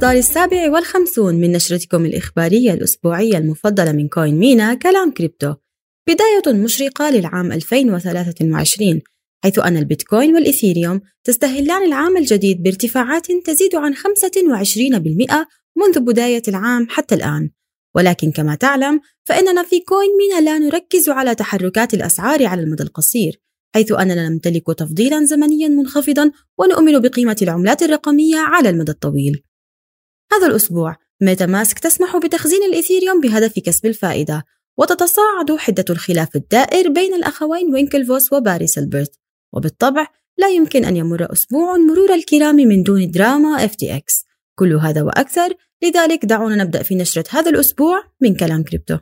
الإصدار 57 من نشرتكم الإخبارية الأسبوعية المفضلة من كوين مينا كلام كريبتو. بداية مشرقة للعام 2023، حيث أن البيتكوين والإثيريوم تستهلان العام الجديد بارتفاعات تزيد عن 25% منذ بداية العام حتى الآن. ولكن كما تعلم فإننا في كوين مينا لا نركز على تحركات الأسعار على المدى القصير، حيث أننا نمتلك تفضيلاً زمنياً منخفضاً ونؤمن بقيمة العملات الرقمية على المدى الطويل. هذا الأسبوع ميتا ماسك تسمح بتخزين الإثيريوم بهدف كسب الفائدة، وتتصاعد حدة الخلاف الدائر بين الأخوين وينكلفوس وباري سيلبرت، وبالطبع لا يمكن أن يمر أسبوع مرور الكرام من دون دراما FTX. كل هذا وأكثر، لذلك دعونا نبدأ في نشرة هذا الأسبوع من كلام كريبتو.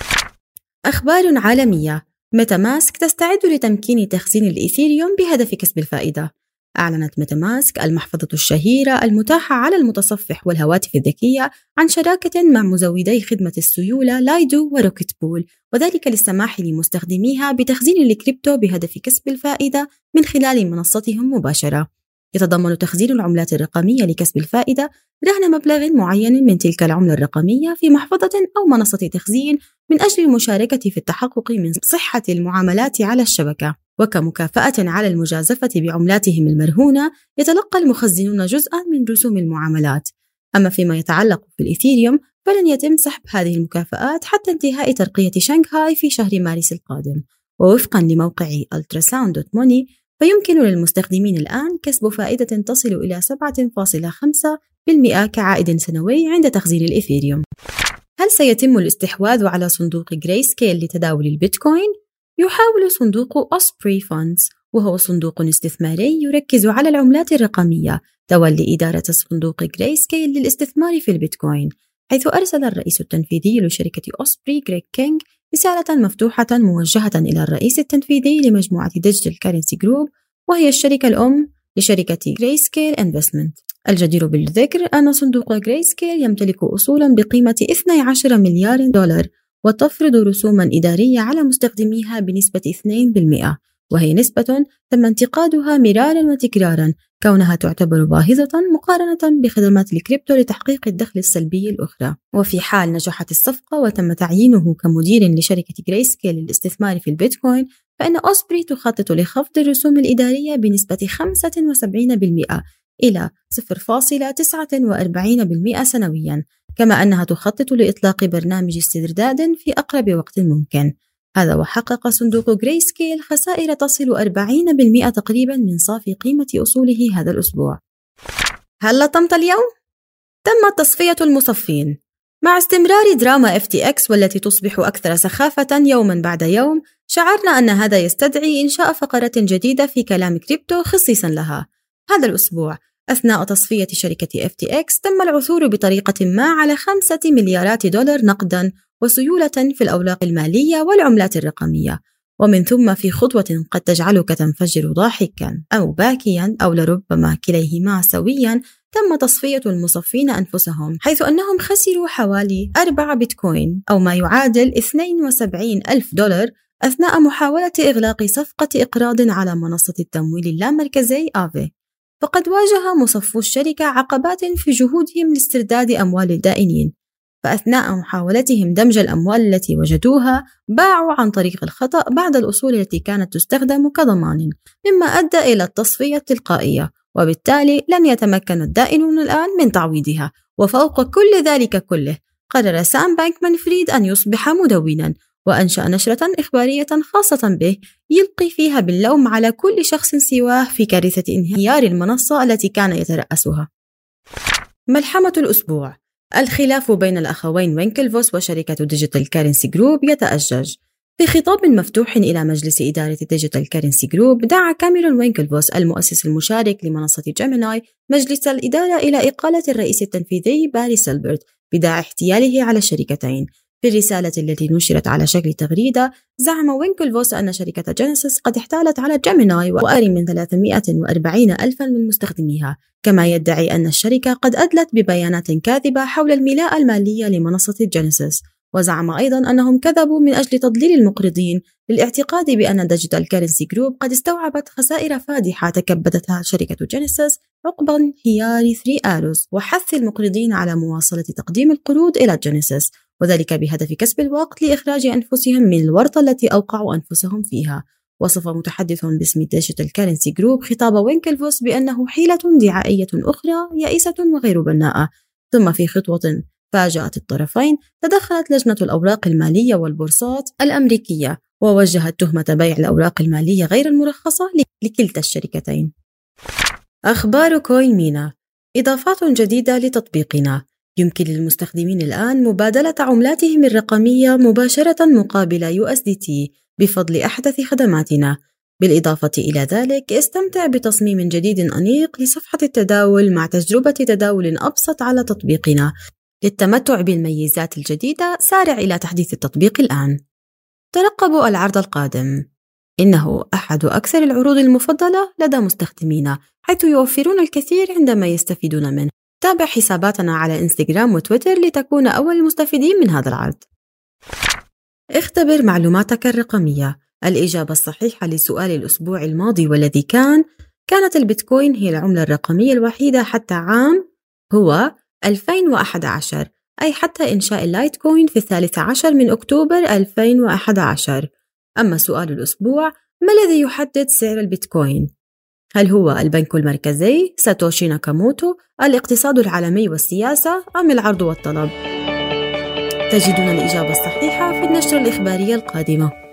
أخبار عالمية. ميتا ماسك تستعد لتمكين تخزين الإثيريوم بهدف كسب الفائدة. أعلنت ميتا ماسك المحفظة الشهيرة المتاحة على المتصفح والهواتف الذكية عن شراكة مع مزودي خدمة السيولة لايدو وروكيت بول، وذلك للسماح لمستخدميها بتخزين الكريبتو بهدف كسب الفائدة من خلال منصتهم مباشرة. يتضمن تخزين العملات الرقمية لكسب الفائدة رهن مبلغ معين من تلك العملة الرقمية في محفظة أو منصة تخزين من أجل المشاركة في التحقق من صحة المعاملات على الشبكة. وكمكافأة على المجازفة بعملاتهم المرهونة، يتلقى المخزنون جزءاً من رسوم المعاملات. أما فيما يتعلق بالإثيريوم فلن يتم سحب هذه المكافآت حتى انتهاء ترقية شنغهاي في شهر مارس القادم. ووفقاً لموقع ultrasound.money فيمكن للمستخدمين الآن كسب فائدة تصل إلى 7.5% كعائد سنوي عند تخزين الإثيريوم. هل سيتم الاستحواذ على صندوق غريسكيل لتداول البيتكوين؟ يحاول صندوق أوسبري فاندز، وهو صندوق استثماري يركز على العملات الرقمية، تولي إدارة صندوق غريسكيل للاستثمار في البيتكوين، حيث أرسل الرئيس التنفيذي لشركة أوسبري غريغ كينغ رسالة مفتوحة موجهة إلى الرئيس التنفيذي لمجموعة ديجيتال كارنسي جروب، وهي الشركة الأم لشركة غريسكيل انفستمنت. الجدير بالذكر أن صندوق غريسكيل يمتلك أصولاً بقيمة 12 مليار دولار، وتفرض رسوماً إدارية على مستخدميها بنسبة 2%، وهي نسبة تم انتقادها مرارا وتكرارا كونها تعتبر باهظة مقارنة بخدمات الكريبتو لتحقيق الدخل السلبي الأخرى. وفي حال نجحت الصفقة وتم تعيينه كمدير لشركة غريسكيل للاستثمار في البيتكوين، فإن أوسبري تخطط لخفض الرسوم الإدارية بنسبة 75% إلى 0.49% سنويا، كما أنها تخطط لإطلاق برنامج استرداد في أقرب وقت ممكن. هذا وحقق صندوق غريسكيل خسائر تصل 40% تقريبا من صافي قيمة أصوله هذا الأسبوع. هل لطمت اليوم؟ تم تصفية المصفين. مع استمرار دراما FTX والتي تصبح أكثر سخافة يوما بعد يوم، شعرنا أن هذا يستدعي إنشاء فقرة جديدة في كلام كريبتو خصيصا لها. هذا الأسبوع أثناء تصفية شركة FTX تم العثور بطريقة ما على 5 مليارات دولار نقدا وسيولة في الأوراق المالية والعملات الرقمية، ومن ثم في خطوة قد تجعلك تنفجر ضاحكا أو باكيا أو لربما كليهما سويا، تم تصفية المصفين أنفسهم، حيث أنهم خسروا حوالي 4 بيتكوين أو ما يعادل 72,000 دولار أثناء محاولة إغلاق صفقة إقراض على منصة التمويل اللامركزي آفي. فقد واجه مصفو الشركة عقبات في جهودهم لاسترداد أموال الدائنين، فأثناء محاولتهم دمج الأموال التي وجدوها باعوا عن طريق الخطأ بعض الأصول التي كانت تستخدم كضمان، مما أدى إلى التصفية التلقائية، وبالتالي لن يتمكن الدائنون الآن من تعويضها. وفوق كل ذلك كله، قرر سام بانكمان-فريد أن يصبح مدونا، وأنشأ نشرة إخبارية خاصة به يلقي فيها باللوم على كل شخص سواه في كارثة انهيار المنصة التي كان يترأسها. ملحمة الأسبوع. الخلاف بين الأخوين وينكلفوس وشركة ديجيتال كارنسي جروب يتأجج. في خطاب مفتوح إلى مجلس إدارة ديجيتال كارنسي جروب، دعا كاميرون وينكلفوس المؤسس المشارك لمنصة جيميناي مجلس الإدارة إلى إقالة الرئيس التنفيذي باري سيلبرت بداعي احتياله على الشركتين. في الرسالة التي نشرت على شكل تغريدة، زعم وينكلفوس أن شركة جينيسيس قد احتالت على جيميناي وأكثر من 340 ألفا من مستخدميها، كما يدعي أن الشركة قد أدلت ببيانات كاذبة حول الملاءة المالية لمنصة جينيسيس، وزعم أيضاً أنهم كذبوا من أجل تضليل المقرضين للاعتقاد بأن ديجيتال كارنسي جروب قد استوعبت خسائر فادحة تكبدتها شركة جينيسيس عقب انهيار 3 آروس، وحث المقرضين على مواصلة تقديم القروض إلى جينيسيس، وذلك بهدف كسب الوقت لإخراج أنفسهم من الورطة التي أوقعوا أنفسهم فيها. وصف متحدث باسم ديجيتال كارنسي جروب خطاب وينكلفوس بأنه حيلة دعائية أخرى يائسة وغير بناءة. ثم في خطوة فاجأت الطرفين تدخلت لجنة الأوراق المالية والبورصات الأمريكية ووجهت تهمة بيع الأوراق المالية غير المرخصة لكلتا الشركتين. أخبار كوين مينا. إضافات جديدة لتطبيقنا. يمكن للمستخدمين الآن مبادلة عملاتهم الرقمية مباشرة مقابل USDT بفضل أحدث خدماتنا. بالإضافة إلى ذلك، استمتع بتصميم جديد أنيق لصفحة التداول مع تجربة تداول أبسط على تطبيقنا. للتمتع بالميزات الجديدة، سارع إلى تحديث التطبيق الآن. ترقبوا العرض القادم، إنه أحد أكثر العروض المفضلة لدى مستخدمينا، حيث يوفرون الكثير عندما يستفيدون منه. تابع حساباتنا على إنستغرام وتويتر لتكون أول المستفيدين من هذا العرض. اختبر معلوماتك الرقمية. الإجابة الصحيحة لسؤال الأسبوع الماضي والذي كانت البيتكوين هي العملة الرقمية الوحيدة حتى عام هو 2011، أي حتى إنشاء اللايتكوين في 13 من أكتوبر 2011. أما سؤال الأسبوع، ما الذي يحدد سعر البيتكوين؟ هل هو البنك المركزي، ساتوشي ناكاموتو، الاقتصاد العالمي والسياسة، أم العرض والطلب؟ تجدون الإجابة الصحيحة في النشرة الإخبارية القادمة.